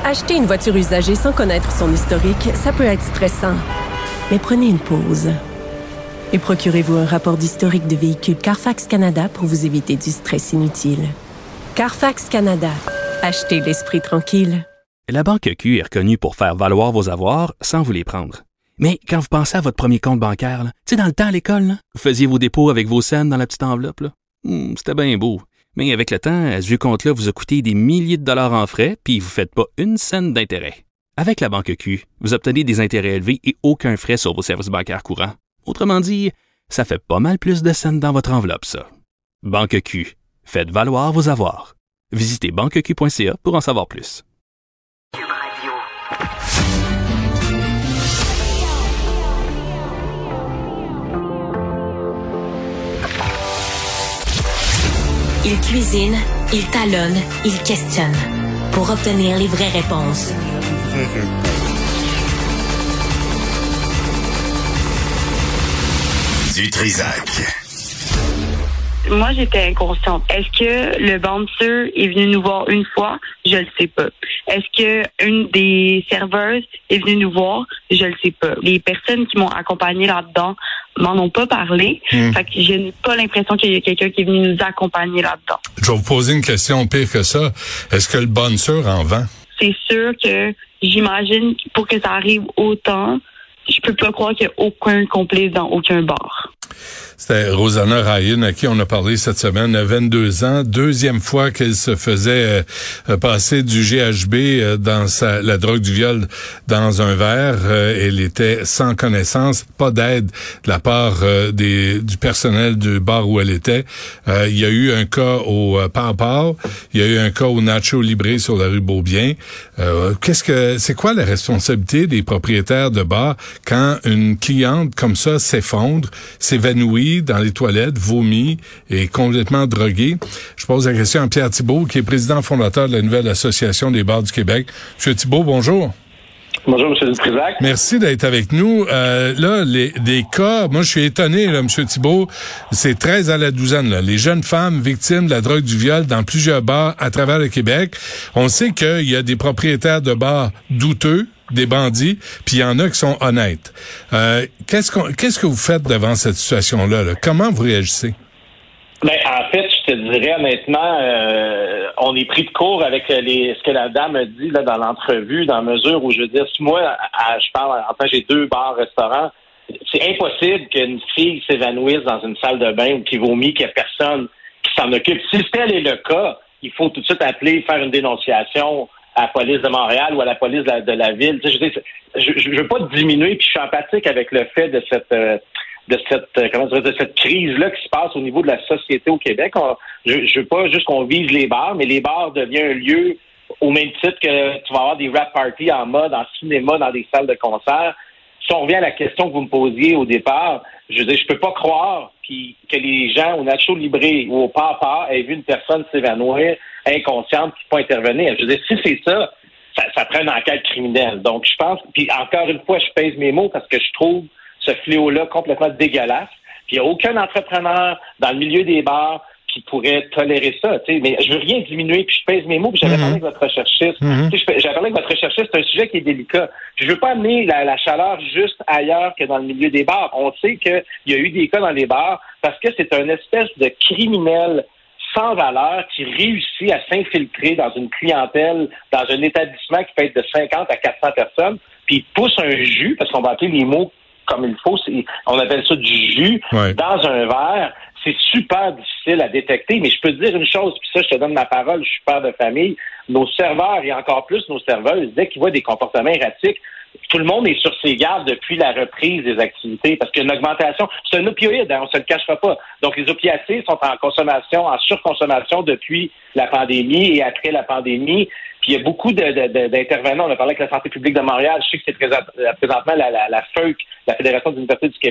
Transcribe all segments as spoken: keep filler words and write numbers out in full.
Acheter une voiture usagée sans connaître son historique, ça peut être stressant. Mais prenez une pause. Et procurez-vous un rapport d'historique de véhicule Carfax Canada pour vous éviter du stress inutile. Carfax Canada. Achetez l'esprit tranquille. La Banque Q est reconnue pour faire valoir vos avoirs sans vous les prendre. Mais quand vous pensez à votre premier compte bancaire, tu sais, dans le temps à l'école, là, vous faisiez vos dépôts avec vos scènes dans la petite enveloppe. Là. Hmm, c'était bien beau. Mais avec le temps, ce vieux compte-là vous a coûté des milliers de dollars en frais, puis vous ne faites pas une scène d'intérêt. Avec la Banque Q, vous obtenez des intérêts élevés et aucun frais sur vos services bancaires courants. Autrement dit, ça fait pas mal plus de scènes dans votre enveloppe, ça. Banque Q. Faites valoir vos avoirs. Visitez banque q point c a pour en savoir plus. Il cuisine, il talonne, il questionne pour obtenir les vraies réponses. Du Trisac. Moi, j'étais inconsciente. Est-ce que le bouncer est venu nous voir une fois? Je le sais pas. Est-ce que une des serveuses est venue nous voir? Je le sais pas. Les personnes qui m'ont accompagnée là-dedans m'en ont pas parlé. Mmh. Fait que je n'ai pas l'impression qu'il y a quelqu'un qui est venu nous accompagner là-dedans. Je vais vous poser une question pire que ça. Est-ce que le bouncer en vend? C'est sûr que j'imagine que pour que ça arrive autant, je peux pas croire qu'il y a aucun complice dans aucun bar. C'était Rosanna Ryan à qui on a parlé cette semaine, à vingt-deux ans, deuxième fois qu'elle se faisait euh, passer du G H B euh, dans sa, la drogue du viol dans un verre. Euh, elle était sans connaissance, pas d'aide de la part euh, des du personnel du bar où elle était. Euh, il y a eu un cas au euh, Pau-Pau, il y a eu un cas au Nacho Libre sur la rue Beaubien. Euh, qu'est-ce que c'est quoi la responsabilité des propriétaires de bars quand une cliente comme ça s'effondre, s'évanouit dans les toilettes, vomit et complètement drogué? Je pose la question à Pierre Thibault, qui est président fondateur de la nouvelle Association des bars du Québec. Monsieur Thibault, bonjour. Bonjour, M. Trisac. Merci d'être avec nous. Euh, là, les, des cas, moi, je suis étonné, là, M. Thibault, c'est treize à la douzaine, là. Les jeunes femmes victimes de la drogue du viol dans plusieurs bars à travers le Québec. On sait qu'il y a des propriétaires de bars douteux, des bandits, puis il y en a qui sont honnêtes. Euh, qu'est-ce qu'on, qu'est-ce que vous faites devant cette situation-là, là? Comment vous réagissez? Ben, en fait, je te dirais honnêtement, euh, on est pris de court avec les, ce que la dame a dit là dans l'entrevue, dans la mesure où, je veux dire, si moi, à, je parle, enfin, j'ai deux bars-restaurants, c'est impossible qu'une fille s'évanouisse dans une salle de bain ou qu'il vomit, qu'il n'y ait personne qui s'en occupe. Si tel est le cas, il faut tout de suite appeler, faire une dénonciation à la police de Montréal ou à la police de la, de la ville. Tu sais, je, veux dire, je, je veux pas diminuer, puis je suis empathique avec le fait de cette... Euh, de cette comment dire, de cette crise-là qui se passe au niveau de la société au Québec. On, je, je veux pas juste qu'on vise les bars, mais les bars deviennent un lieu au même titre que tu vas avoir des rap parties en mode, en cinéma, dans des salles de concert. Si on revient à la question que vous me posiez au départ, je veux dire, je peux pas croire qui, que les gens au Nacho Libre ou au Papa aient vu une personne s'évanouir inconsciente qui peut intervenir. Je veux dire, si c'est ça, ça, ça prend une enquête criminelle. Donc, je pense, puis encore une fois, je pèse mes mots parce que je trouve ce fléau-là complètement dégueulasse. Puis il n'y a aucun entrepreneur dans le milieu des bars qui pourrait tolérer ça. T'sais. Mais je veux rien diminuer, puis je pèse mes mots, puis j'avais mm-hmm. parlé avec votre recherchiste. Mm-hmm. J'avais parlé avec votre recherchiste, c'est un sujet qui est délicat. Puis je veux pas amener la, la chaleur juste ailleurs que dans le milieu des bars. On sait qu'il y a eu des cas dans les bars parce que c'est un espèce de criminel sans valeur qui réussit à s'infiltrer dans une clientèle, dans un établissement qui peut être de cinquante à quatre cents personnes, puis il pousse un jus, parce qu'on va appeler les mots comme il faut, c'est, on appelle ça du jus, ouais. dans un verre. C'est super difficile à détecter, mais je peux te dire une chose, puis ça, je te donne ma parole, je suis père de famille, nos serveurs et encore plus nos serveuses, dès qu'ils voient des comportements erratiques, tout le monde est sur ses gardes depuis la reprise des activités, parce qu'il y a une augmentation. C'est un opioïde, hein, on se le cachera pas. Donc, les opiacés sont en consommation, en surconsommation depuis la pandémie et après la pandémie. Puis il y a beaucoup de, de, de, d'intervenants. On a parlé avec la santé publique de Montréal. Je sais que c'est présent, présentement la, la, la F E U C, la Fédération des universités du Québec,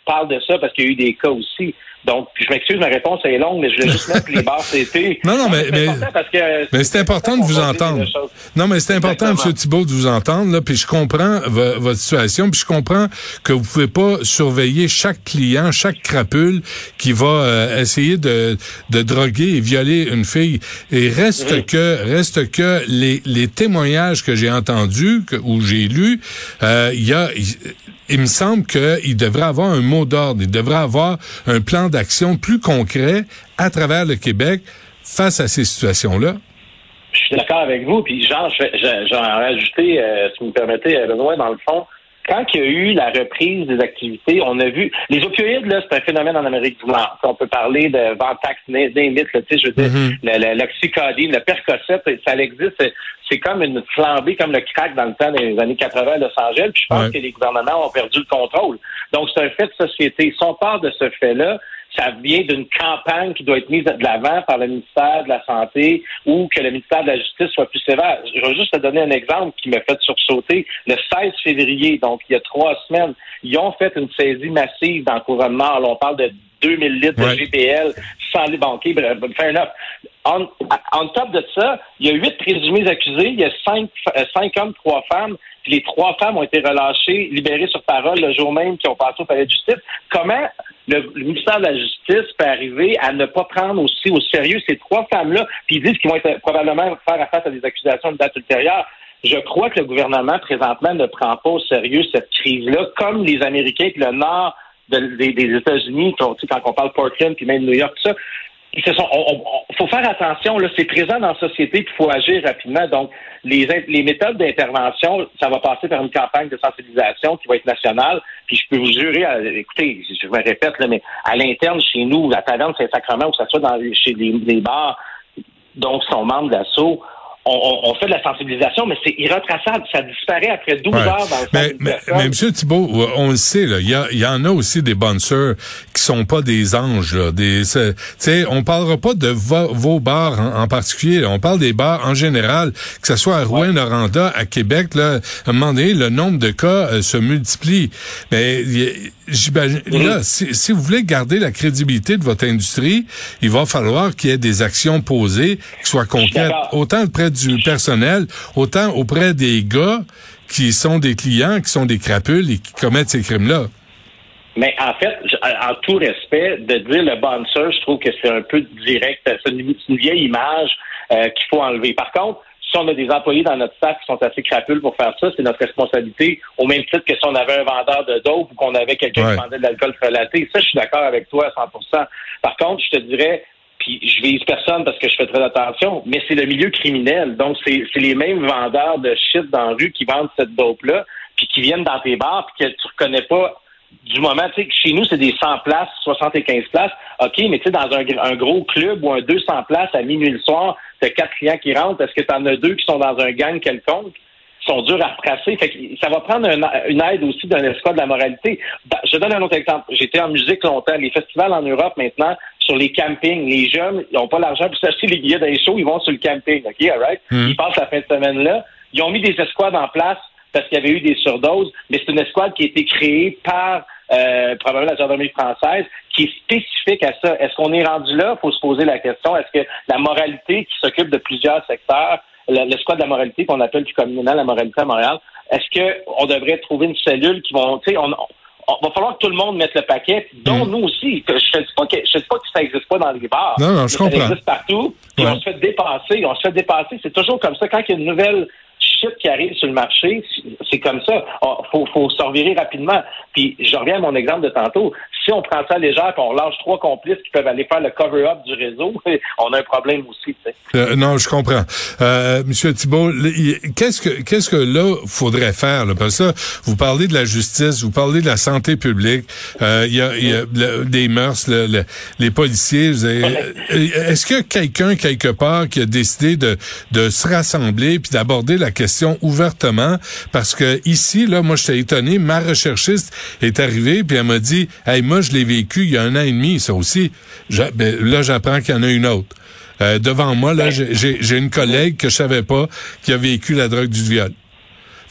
parle de ça parce qu'il y a eu des cas aussi. Donc, je m'excuse, ma réponse est longue, mais je voulais juste mettre les bars c'était. Non, non, mais, mais, parce que, mais c'est important de vous entendre. Non, mais c'est important, M. Thibault, de vous entendre, là, puis je comprends v- votre situation, puis je comprends que vous pouvez pas surveiller chaque client, chaque crapule qui va euh, essayer de, de droguer et violer une fille. Et reste mmh. que, reste que les, les témoignages que j'ai entendus, que, ou j'ai lus, euh, il y a, il, il me semble qu'il devrait avoir un mot d'ordre, il devrait avoir un plan d'action plus concret à travers le Québec face à ces situations-là. Je suis d'accord avec vous, puis genre, j'en ai rajouté, euh, si vous me permettez, Benoît, dans le fond, quand il y a eu la reprise des activités, on a vu, les opioïdes, là, c'est un phénomène en Amérique du Nord. On peut parler de Vantax, Némit, tu sais, je veux dire, mm-hmm. l'oxycodone, le Percocet, ça existe, c'est, c'est comme une flambée, comme le crack dans le temps des années quatre-vingts à Los Angeles, puis je pense ouais. que les gouvernements ont perdu le contrôle. Donc, c'est un fait de société. Si on part de ce fait-là, ça vient d'une campagne qui doit être mise de l'avant par le ministère de la Santé ou que le ministère de la Justice soit plus sévère. Je vais juste te donner un exemple qui m'a fait sursauter. Le seize février, donc il y a trois semaines, ils ont fait une saisie massive dans le couronnement. Là, on parle de deux mille litres ouais. de G P L sans les banquiers. Fair enough. En, en top de ça, il y a huit présumés accusés. Il y a cinq, cinq hommes, trois femmes. Puis les trois femmes ont été relâchées, libérées sur parole le jour même qu'ils ont passé au palais de justice. Comment le, le ministère de la Justice peut arriver à ne pas prendre aussi au sérieux ces trois femmes-là, puis ils disent qu'ils vont être, probablement faire face à des accusations de date ultérieure? Je crois que le gouvernement, présentement, ne prend pas au sérieux cette crise-là, comme les Américains et le nord de, des, des États-Unis, quand, quand on parle Portland, puis même New York, tout ça. Il faut faire attention, là, c'est présent dans la société, puis il faut agir rapidement. Donc, les, les méthodes d'intervention, ça va passer par une campagne de sensibilisation qui va être nationale. Puis je peux vous jurer, à, écoutez, je me répète, là, mais à l'interne, chez nous, la taverne Saint-Sacrement, ou que ce soit dans les, chez les, les bars, donc sont membres de l'assaut, On, on, on fait de la sensibilisation, mais c'est irretraçable. Ça disparaît après douze ouais. heures dans le mais, mais, mais M. Thibault, on le sait, là, il y, a, y en a aussi des bonnes sœurs qui sont pas des anges. Là, des, tu sais, on parlera pas de vo, vos bars en, en particulier. Là, on parle des bars en général, que ce soit à Rouyn-Noranda, à Québec. Là, à un moment donné, le nombre de cas euh, se multiplie. Mais j'imagine, mmh. là, si, si vous voulez garder la crédibilité de votre industrie, il va falloir qu'il y ait des actions posées qui soient concrètes, autant auprès du personnel, autant auprès des gars qui sont des clients, qui sont des crapules et qui commettent ces crimes-là. Mais en fait, en tout respect, de dire le bouncer, je trouve que c'est un peu direct. C'est une, une vieille image euh, qu'il faut enlever. Par contre, si on a des employés dans notre staff qui sont assez crapules pour faire ça, c'est notre responsabilité, au même titre que si on avait un vendeur de dope ou qu'on avait quelqu'un ouais. qui vendait de l'alcool frelaté. Ça, je suis d'accord avec toi à cent pour cent. Par contre, je te dirais, puis je vise personne parce que je fais très attention, mais c'est le milieu criminel. Donc, c'est, c'est les mêmes vendeurs de shit dans la rue qui vendent cette dope-là, puis qui viennent dans tes bars, puis que tu reconnais pas du moment, tu sais, que chez nous, c'est des cent places, soixante-quinze places. OK, mais tu sais, dans un, un gros club ou un deux cents places à minuit le soir, t'as quatre clients qui rentrent, est-ce que t'en as deux qui sont dans un gang quelconque? Sont durs à retracer. Fait que ça va prendre un, une aide aussi d'un escouade de la moralité. Je te donne un autre exemple. J'étais en musique longtemps. Les festivals en Europe maintenant, sur les campings, les jeunes, ils n'ont pas l'argent pour s'acheter les billets dans les shows, ils vont sur le camping. OK, all right? Mm. Ils passent la fin de semaine là. Ils ont mis des escouades en place parce qu'il y avait eu des surdoses, mais c'est une escouade qui a été créée par euh, probablement la gendarmerie française, qui est spécifique à ça. Est-ce qu'on est rendu là? Il faut se poser la question. Est-ce que la moralité qui s'occupe de plusieurs secteurs, l'escouade de la moralité qu'on appelle plus communément la moralité à Montréal, est-ce qu'on devrait trouver une cellule qui vont, tu sais, on, on va falloir que tout le monde mette le paquet, dont mmh. nous aussi. Je ne dis pas que je dis pas que ça n'existe pas dans les bars. Non, non, je comprends. Ça existe partout. Puis ouais. on se fait dépasser. On se fait dépasser. C'est toujours comme ça. Quand il y a une nouvelle shit qui arrive sur le marché, c'est comme ça. Il faut, faut se revirer rapidement. Puis je reviens à mon exemple de tantôt. Si on prend ça à légère et on lâche trois complices qui peuvent aller faire le cover-up du réseau, on a un problème aussi. Tu sais. Euh, non, je comprends. Euh, Monsieur Thibault, qu'est-ce que qu'est-ce que là faudrait faire là? Parce que ça, vous parlez de la justice, vous parlez de la santé publique, euh, il y a, y a le, des mœurs, le, le, les policiers. Vous avez, est-ce qu'il y a quelqu'un quelque part qui a décidé de de se rassembler puis d'aborder la question ouvertement? Parce que ici, là, moi, j'étais étonné. Ma recherchiste est arrivée puis elle m'a dit, hey, moi, je l'ai vécu il y a un an et demi, ça aussi. Je, ben, là, j'apprends qu'il y en a une autre. Euh, devant moi, là, j'ai, j'ai une collègue que je savais pas qui a vécu la drogue du viol.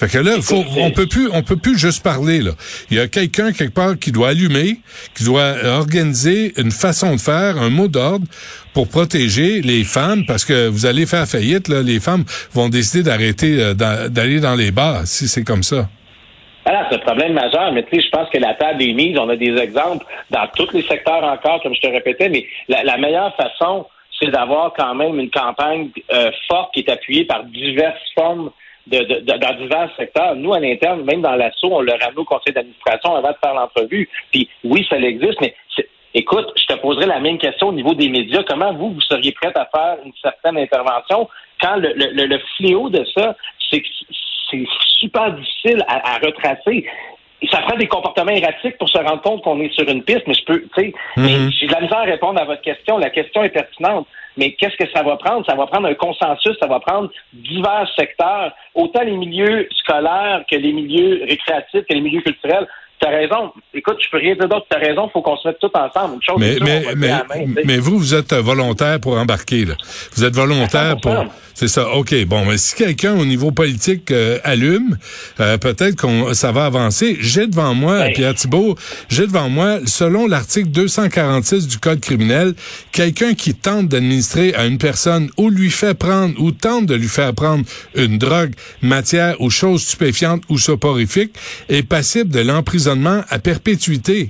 Fait que là, faut, on peut plus, on peut plus juste parler, là. Il y a quelqu'un quelque part qui doit allumer, qui doit organiser une façon de faire, un mot d'ordre pour protéger les femmes, parce que vous allez faire faillite, là. Les femmes vont décider d'arrêter, euh, d'aller dans les bars, si c'est comme ça. Alors, c'est un problème majeur, mais tu sais, je pense que la table est mise. On a des exemples dans tous les secteurs encore, comme je te répétais, mais la, la meilleure façon, c'est d'avoir quand même une campagne euh, forte qui est appuyée par diverses formes de, de, de, dans divers secteurs. Nous, à l'interne, même dans l'assaut, on le ramène au conseil d'administration avant de faire l'entrevue. Puis oui, ça existe, mais c'est, écoute, je te poserai la même question au niveau des médias. Comment vous, vous seriez prête à faire une certaine intervention quand le, le, le fléau de ça, c'est que c'est super difficile à, à retracer. Ça prend des comportements erratiques pour se rendre compte qu'on est sur une piste, mais je peux, tu sais, mm-hmm. j'ai de la misère à répondre à votre question. La question est pertinente, mais qu'est-ce que ça va prendre? Ça va prendre un consensus, ça va prendre divers secteurs, autant les milieux scolaires que les milieux récréatifs, que les milieux culturels. T'as raison. Écoute, je peux rien dire d'autre. T'as raison, il faut qu'on se mette tous ensemble. Une chose mais, sûre, mais, mais, main, mais vous, vous êtes volontaire pour embarquer, là. Vous êtes volontaire pour... C'est ça. OK. Bon, mais si quelqu'un au niveau politique euh, allume, euh, peut-être qu'on ça va avancer. J'ai devant moi, ben. Pierre Thibault, j'ai devant moi, selon l'article deux cent quarante-six du Code criminel, quelqu'un qui tente d'administrer à une personne ou lui fait prendre ou tente de lui faire prendre une drogue, matière ou chose stupéfiante ou soporifique est passible de l'emprisonnement à perpétuité.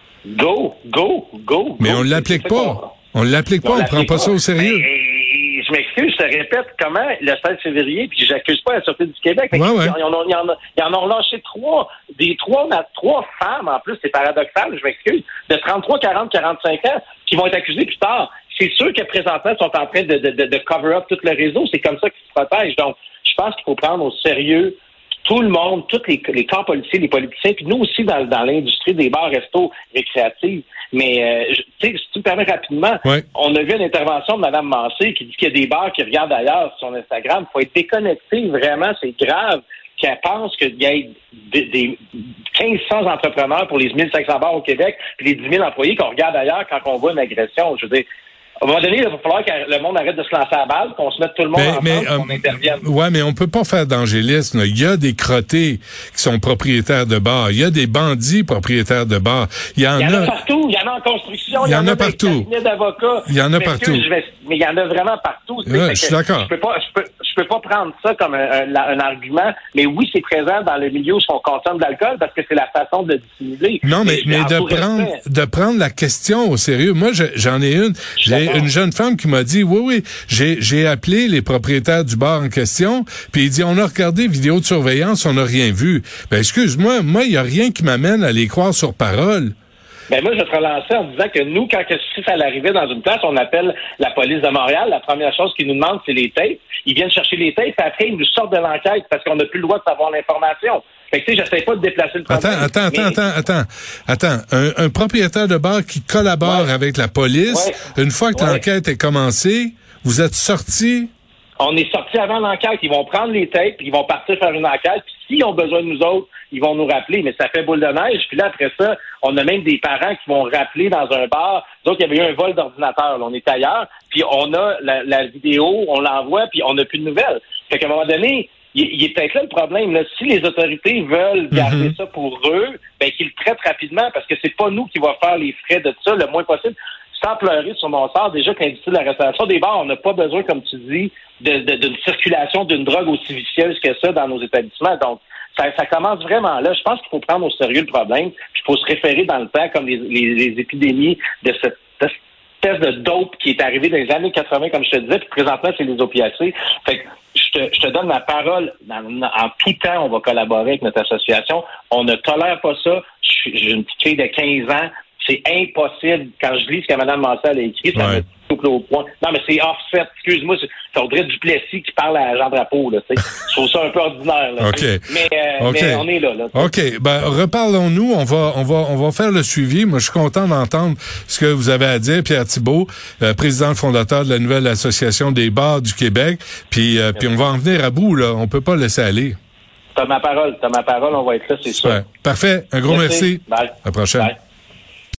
Go, go, go. Mais go, on l'applique pas. On l'applique pas, on, on prend pas, pas ça au sérieux. Ben, je m'excuse, je te répète comment le seize février, puis j'accuse pas la Sûreté du Québec. Ouais, ouais. Ils, en ont, ils, en, ils en ont relâché trois, des trois, trois femmes, en plus, c'est paradoxal, je m'excuse, de trente-trois, quarante, quarante-cinq ans, qui vont être accusées plus tard. C'est sûr que présentement, ils sont en train de, de, de, de cover up tout le réseau. C'est comme ça qu'ils se protègent. Donc, je pense qu'il faut prendre au sérieux tout le monde, tous les, les corps policiers, les politiciens, puis nous aussi dans, dans l'industrie des bars, restos, récréatifs. Mais, euh, tu sais, si tu me permets rapidement, ouais. On a vu une intervention de Mme Massé qui dit qu'il y a des bars qui regardent ailleurs sur son Instagram. Il faut être déconnecté, vraiment, c'est grave qu'elle pense qu'il y ait des, des quinze cents entrepreneurs pour les mille cinq cents bars au Québec, puis les dix mille employés qu'on regarde ailleurs quand on voit une agression. Je veux dire, à un moment donné, il va falloir que le monde arrête de se lancer à la balle, qu'on se mette tout le monde ensemble, mais, euh, qu'on intervienne. Ouais, mais on peut pas faire d'angélisme. Il y a des crottés qui sont propriétaires de bars. Il y a des bandits propriétaires de bars. Il y en, il y en a... a partout. Il y en a en construction. Il y en, il y en a, a partout. d'avocats. Il y en a partout. Je vais... Mais il y en a vraiment partout. Ouais, je suis d'accord. Je peux pas, je peux, je peux pas prendre ça comme un, un, un argument. Mais oui, c'est présent dans le milieu où on consomme de l'alcool parce que c'est la façon de dissimuler. Non, mais, mais, mais de prendre, respect. de prendre la question au sérieux. Moi, je, j'en ai une. J'ai une jeune femme qui m'a dit, oui, oui, j'ai, j'ai appelé les propriétaires du bar en question, puis il dit, on a regardé vidéo de surveillance, on n'a rien vu. Ben, excuse-moi, moi, il n'y a rien qui m'amène à les croire sur parole. Ben moi, je vais te relancer en disant que nous, quand si ça arrivait dans une place, on appelle la police de Montréal. La première chose qu'ils nous demandent, c'est les tapes. Ils viennent chercher les tapes, puis après, ils nous sortent de l'enquête parce qu'on n'a plus le droit de savoir l'information. Fait que tu sais, j'essaie pas de déplacer le problème. Attends, attends, mais... attends, attends, attends, attends. Un, un propriétaire de bar qui collabore ouais. avec la police, ouais. une fois que ouais. l'enquête est commencée, vous êtes sortis? On est sortis avant l'enquête. Ils vont prendre les tapes, puis ils vont partir faire une enquête. Puis s'ils ont besoin de nous autres, ils vont nous rappeler. Mais ça fait boule de neige. Puis là, après ça, on a même des parents qui vont rappeler dans un bar. Donc, il y avait eu un vol d'ordinateur. Là, on est ailleurs. Puis on a la, la vidéo, on l'envoie, puis on n'a plus de nouvelles. Fait qu'à un moment donné, il, il est peut-être là le problème. Là. Si les autorités veulent garder mm-hmm. ça pour eux, ben qu'ils le traitent rapidement, parce que c'est pas nous qui va faire les frais de ça le moins possible. Sans pleurer sur mon sort, déjà que l'industrie de la restauration des bars, on n'a pas besoin, comme tu dis, de, de, d'une circulation d'une drogue aussi vicieuse que ça dans nos établissements. Donc, ça, ça commence vraiment là. Je pense qu'il faut prendre au sérieux le problème, puis il faut se référer dans le temps, comme les, les, les épidémies de cette espèce de dope qui est arrivée dans les années quatre-vingts, comme je te disais, puis présentement, c'est les opiacés. Fait que je te, je te donne ma parole. En, en tout temps, on va collaborer avec notre association. On ne tolère pas ça. J'ai une petite fille de quinze ans. C'est impossible. Quand je lis ce que Mme Mansell a écrit, ça ouais. me tout au point. Non, mais c'est offset. Excuse-moi, c'est Audrey Duplessis qui parle à Jean Drapeau, là, tu sais. Je trouve ça un peu ordinaire, là. OK. Mais, euh, okay. mais on est là, là. OK. Ben, reparlons-nous. On va, on va, on va faire le suivi. Moi, je suis content d'entendre ce que vous avez à dire, Pierre Thibault, euh, président fondateur de la nouvelle association des bars du Québec. Puis, euh, puis on va en venir à bout, là. On peut pas laisser aller. T'as ma parole. T'as ma parole. On va être là, c'est sûr. Parfait. Un gros merci. merci. Bye. À la prochaine. Bye.